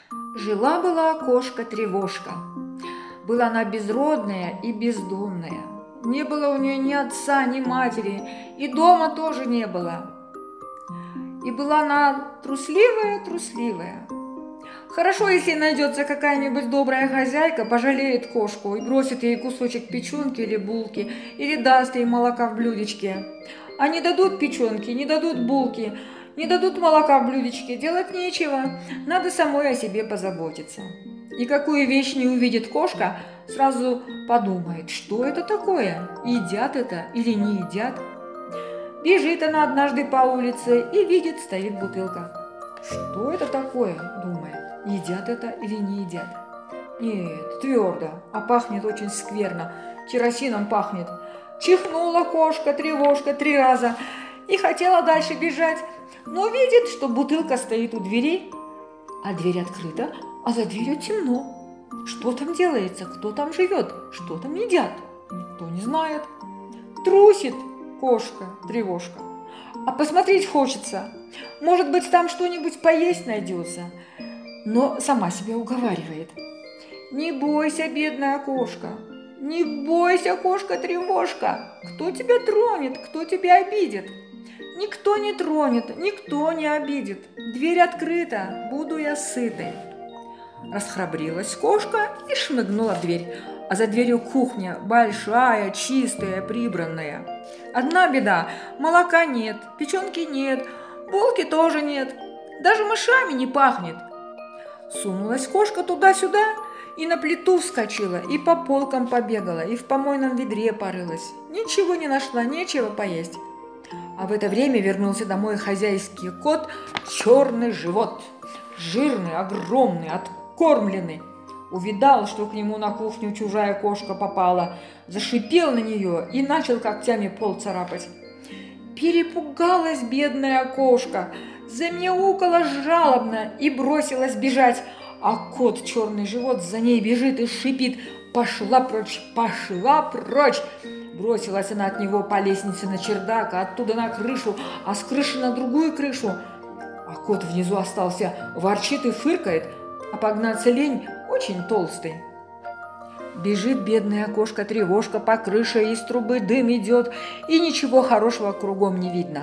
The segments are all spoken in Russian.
Жила-была кошка-тревожка. Была она безродная и бездомная. Не было у нее ни отца, ни матери, и дома тоже не было. И была она трусливая. Хорошо, если найдется какая-нибудь добрая хозяйка, пожалеет кошку и бросит ей кусочек печенки или булки, или даст ей молока в блюдечке. А не дадут печенки, не дадут булки, не дадут молока в блюдечке, делать нечего, надо самой о себе позаботиться. И какую вещь не увидит кошка, сразу подумает, что это такое, едят это или не едят. Бежит она однажды по улице и видит, стоит бутылка. Что это такое, думает, едят это или не едят? Нет, твердо, а пахнет очень скверно, керосином пахнет. Чихнула кошка-тревожка 3 раза и хотела дальше бежать, но видит, что бутылка стоит у двери, а дверь открыта, а за дверью темно. Что там делается, кто там живет, что там едят, никто не знает. Трусит кошка-тревожка, а посмотреть хочется. Может быть, там что-нибудь поесть найдется. Но сама себя уговаривает. Не бойся, бедная кошка, не бойся, кошка-тревожка. Кто тебя тронет, кто тебя обидит? Никто не тронет, никто не обидит. Дверь открыта, буду я сытой. Расхрабрилась кошка и шмыгнула в дверь. А за дверью кухня, большая, чистая, прибранная. Одна беда – молока нет, печенки нет, булки тоже нет, даже мышами не пахнет. Сунулась кошка туда-сюда и на плиту вскочила, и по полкам побегала, и в помойном ведре порылась. Ничего не нашла, нечего поесть. А в это время вернулся домой хозяйский кот, черный живот, жирный, огромный, откормленный. Увидал, что к нему на кухню чужая кошка попала, зашипел на нее и начал когтями пол царапать. Перепугалась бедная кошка, замяукала жалобно и бросилась бежать, а кот черный живот за ней бежит и шипит: «Пошла прочь, пошла прочь!» Бросилась она от него по лестнице на чердак, а оттуда на крышу, а с крыши на другую крышу. А кот внизу остался, ворчит и фыркает, а погнаться лень, очень толстый. Бежит бедная кошка-тревожка по крыше, из трубы дым идет, и ничего хорошего кругом не видно.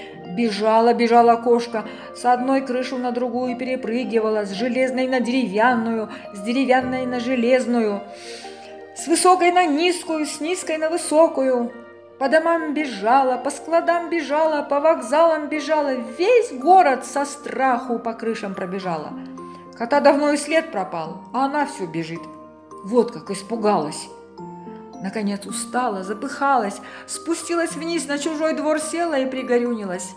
Бежала кошка, с одной крыши на другую перепрыгивала, с железной на деревянную, с деревянной на железную, с высокой на низкую, с низкой на высокую. По домам бежала, по складам бежала, по вокзалам бежала, весь город со страху по крышам пробежала. Кота давно и след пропал, а она все бежит. Вот как испугалась. Наконец устала, запыхалась, спустилась вниз на чужой двор, села и пригорюнилась.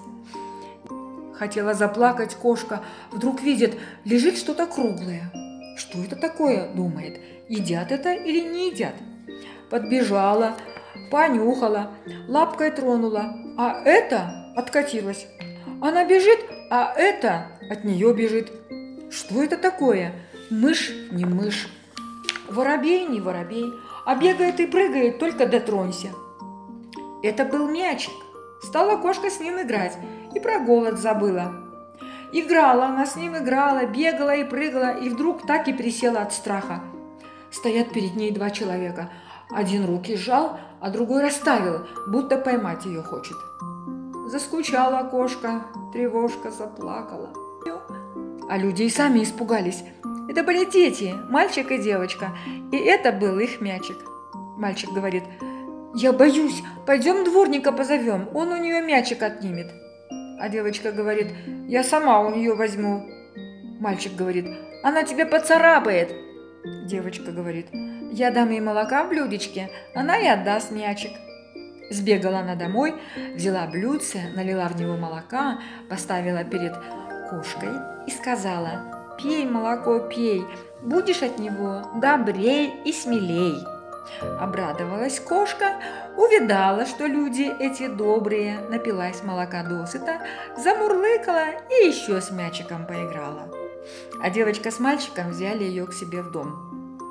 Хотела заплакать кошка, вдруг видит, лежит что-то круглое. Что это такое, думает, едят это или не едят? Подбежала, понюхала, лапкой тронула, а это откатилась. Она бежит, а это от нее бежит. Что это такое? Мышь не мышь, воробей не воробей, а бегает и прыгает, только дотронься. Это был мячик. Стала кошка с ним играть и про голод забыла. Играла она с ним, играла, бегала и прыгала, и вдруг так и присела от страха. Стоят перед ней 2 человека. Один руки сжал, а другой расставил, будто поймать ее хочет. Заскучала кошка, тревожка заплакала. А люди и сами испугались. Это были дети, мальчик и девочка, и это был их мячик. Мальчик говорит: «Я боюсь, пойдем дворника позовем, он у нее мячик отнимет». А девочка говорит: «Я сама у нее возьму». Мальчик говорит: «Она тебя поцарапает». Девочка говорит: «Я дам ей молока в блюдечке, она и отдаст мячик». Сбегала она домой, взяла блюдце, налила в него молока, поставила перед кошкой и сказала: «Пей молоко, пей, будешь от него добрей и смелей». Обрадовалась кошка, увидала, что люди эти добрые, напилась молока досыта, замурлыкала и еще с мячиком поиграла. А девочка с мальчиком взяли ее к себе в дом.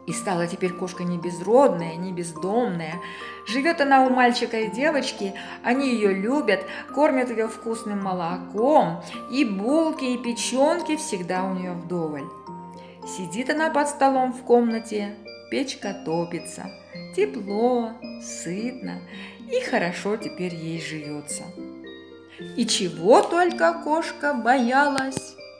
И стала теперь кошка не безродная, не бездомная. Живет она у мальчика и девочки, они ее любят, кормят ее вкусным молоком, и булки, и печенки всегда у нее вдоволь. Сидит она под столом в комнате, печка топится, тепло, сытно, и хорошо теперь ей живется. И чего только кошка боялась,